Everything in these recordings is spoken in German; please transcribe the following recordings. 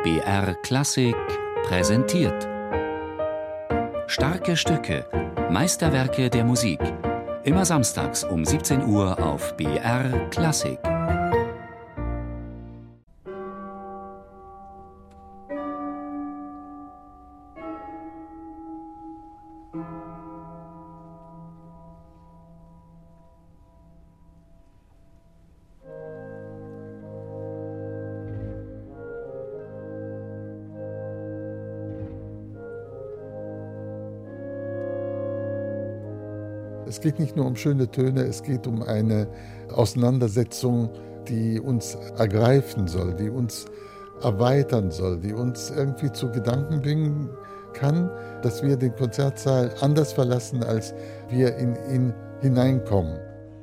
BR Klassik präsentiert. Starke Stücke, Meisterwerke der Musik. Immer samstags um 17 Uhr auf BR Klassik. Es geht nicht nur um schöne Töne, es geht um eine Auseinandersetzung, die uns ergreifen soll, die uns erweitern soll, die uns irgendwie zu Gedanken bringen kann, dass wir den Konzertsaal anders verlassen, als wir in ihn hineinkommen.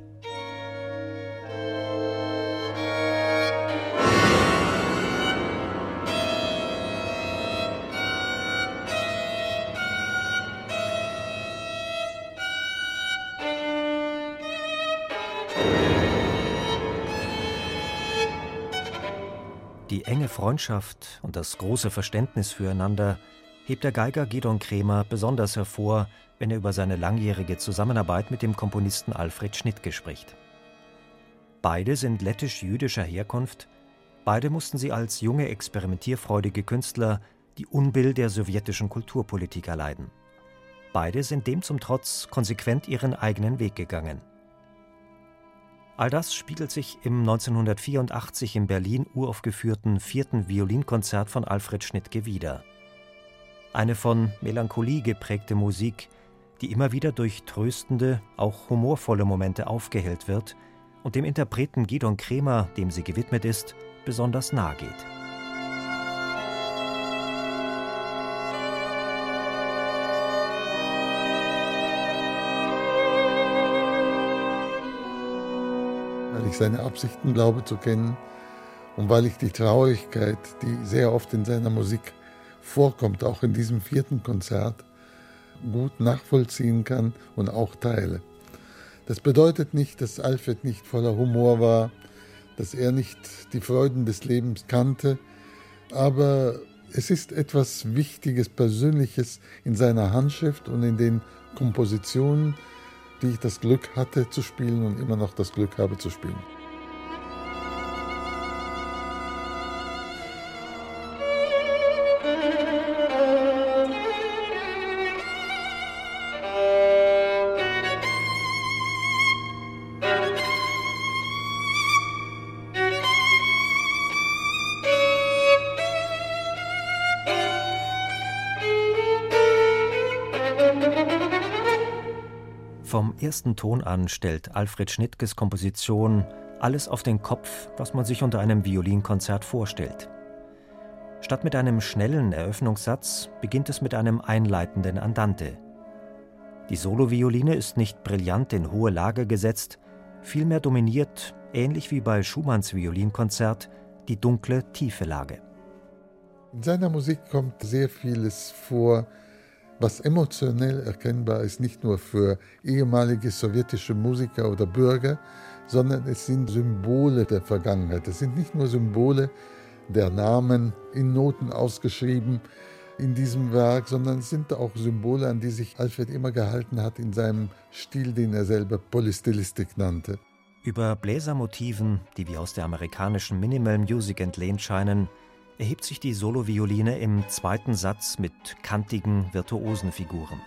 Die enge Freundschaft und das große Verständnis füreinander hebt der Geiger Gidon Kremer besonders hervor, wenn er über seine langjährige Zusammenarbeit mit dem Komponisten Alfred Schnittke spricht. Beide sind lettisch-jüdischer Herkunft, beide mussten sie als junge, experimentierfreudige Künstler die Unbill der sowjetischen Kulturpolitik erleiden. Beide sind dem zum Trotz konsequent ihren eigenen Weg gegangen. All das spiegelt sich im 1984 in Berlin uraufgeführten 4. Violinkonzert von Alfred Schnittke wider. Eine von Melancholie geprägte Musik, die immer wieder durch tröstende, auch humorvolle Momente aufgehellt wird und dem Interpreten Gidon Kremer, dem sie gewidmet ist, besonders nahe geht. Weil ich seine Absichten glaube zu kennen und weil ich die Traurigkeit, die sehr oft in seiner Musik vorkommt, auch in diesem 4. Konzert, gut nachvollziehen kann und auch teile. Das bedeutet nicht, dass Alfred nicht voller Humor war, dass er nicht die Freuden des Lebens kannte, aber es ist etwas Wichtiges, Persönliches in seiner Handschrift und in den Kompositionen, die ich das Glück hatte zu spielen und immer noch das Glück habe zu spielen. Vom ersten Ton an stellt Alfred Schnittkes Komposition alles auf den Kopf, was man sich unter einem Violinkonzert vorstellt. Statt mit einem schnellen Eröffnungssatz beginnt es mit einem einleitenden Andante. Die Solovioline ist nicht brillant in hohe Lage gesetzt, vielmehr dominiert, ähnlich wie bei Schumanns Violinkonzert, die dunkle, tiefe Lage. In seiner Musik kommt sehr vieles vor, was emotionell erkennbar ist, nicht nur für ehemalige sowjetische Musiker oder Bürger, sondern es sind Symbole der Vergangenheit. Es sind nicht nur Symbole der Namen in Noten ausgeschrieben in diesem Werk, sondern es sind auch Symbole, an die sich Alfred immer gehalten hat in seinem Stil, den er selber Polystylistik nannte. Über Bläsermotiven, die wie aus der amerikanischen Minimal Music entlehnt scheinen, erhebt sich die Solovioline im 2. Satz mit kantigen, virtuosen Figuren.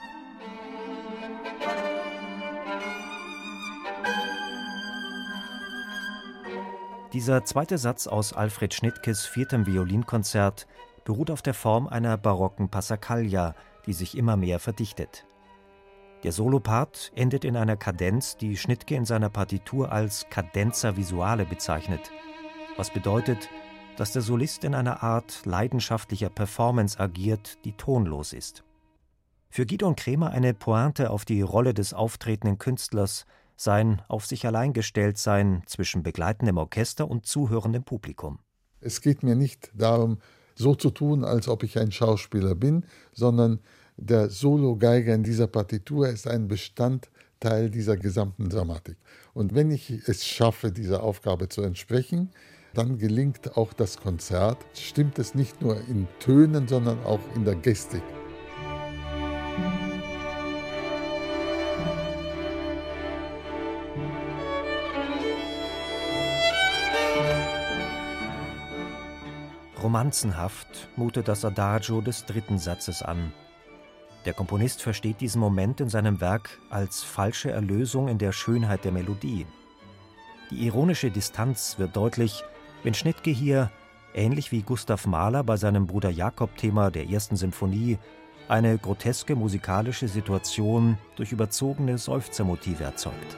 Dieser 2. Satz aus Alfred Schnittkes 4. Violinkonzert beruht auf der Form einer barocken Passacaglia, die sich immer mehr verdichtet. Der Solopart endet in einer Kadenz, die Schnittke in seiner Partitur als Cadenza visuale bezeichnet, was bedeutet, dass der Solist in einer Art leidenschaftlicher Performance agiert, die tonlos ist. Für Gidon Kremer eine Pointe auf die Rolle des auftretenden Künstlers, sein auf sich allein gestellt sein zwischen begleitendem Orchester und zuhörendem Publikum. Es geht mir nicht darum, so zu tun, als ob ich ein Schauspieler bin, sondern der Solo-Geiger in dieser Partitur ist ein Bestandteil dieser gesamten Dramatik. Und wenn ich es schaffe, dieser Aufgabe zu entsprechen, dann gelingt auch das Konzert. Stimmt es nicht nur in Tönen, sondern auch in der Gestik. Romanzenhaft mutet das Adagio des 3. Satzes an. Der Komponist versteht diesen Moment in seinem Werk als falsche Erlösung in der Schönheit der Melodie. Die ironische Distanz wird deutlich, wenn Schnittke hier, ähnlich wie Gustav Mahler bei seinem Bruder Jakob-Thema der 1. Sinfonie, eine groteske musikalische Situation durch überzogene Seufzermotive erzeugt.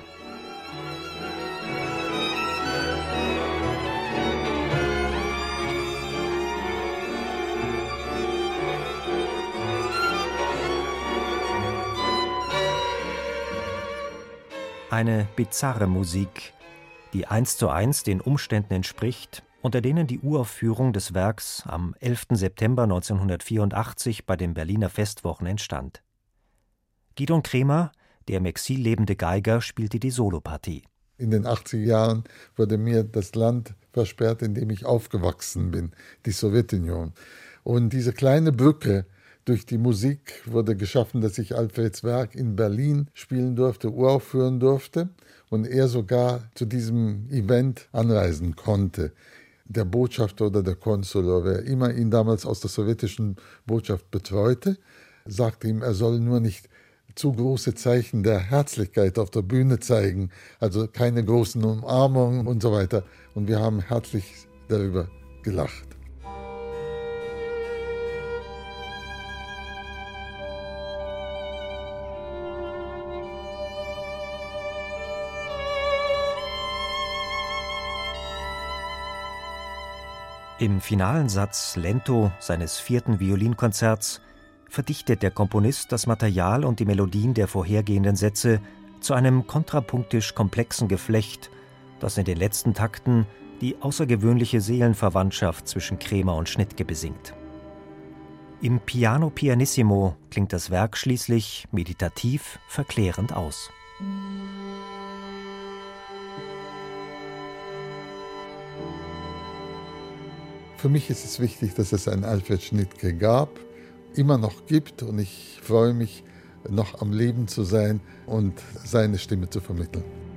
Eine bizarre Musik, die 1:1 den Umständen entspricht, unter denen die Uraufführung des Werks am 11. September 1984 bei den Berliner Festwochen entstand. Gidon Kremer, der im Exil lebende Geiger, spielte die Solopartie. In den 80er Jahren wurde mir das Land versperrt, in dem ich aufgewachsen bin, die Sowjetunion. Und diese kleine Brücke durch die Musik wurde geschaffen, dass ich Alfreds Werk in Berlin spielen durfte, uraufführen durfte und er sogar zu diesem Event anreisen konnte. Der Botschafter oder der Konsul oder wer immer ihn damals aus der sowjetischen Botschaft betreute, sagte ihm, er soll nur nicht zu große Zeichen der Herzlichkeit auf der Bühne zeigen, also keine großen Umarmungen und so weiter. Und wir haben herzlich darüber gelacht. Im finalen Satz Lento seines 4. Violinkonzerts verdichtet der Komponist das Material und die Melodien der vorhergehenden Sätze zu einem kontrapunktisch komplexen Geflecht, das in den letzten Takten die außergewöhnliche Seelenverwandtschaft zwischen Kremer und Schnittke besingt. Im Piano Pianissimo klingt das Werk schließlich meditativ verklärend aus. Für mich ist es wichtig, dass es einen Alfred Schnittke gab, immer noch gibt und ich freue mich, noch am Leben zu sein und seine Stimme zu vermitteln.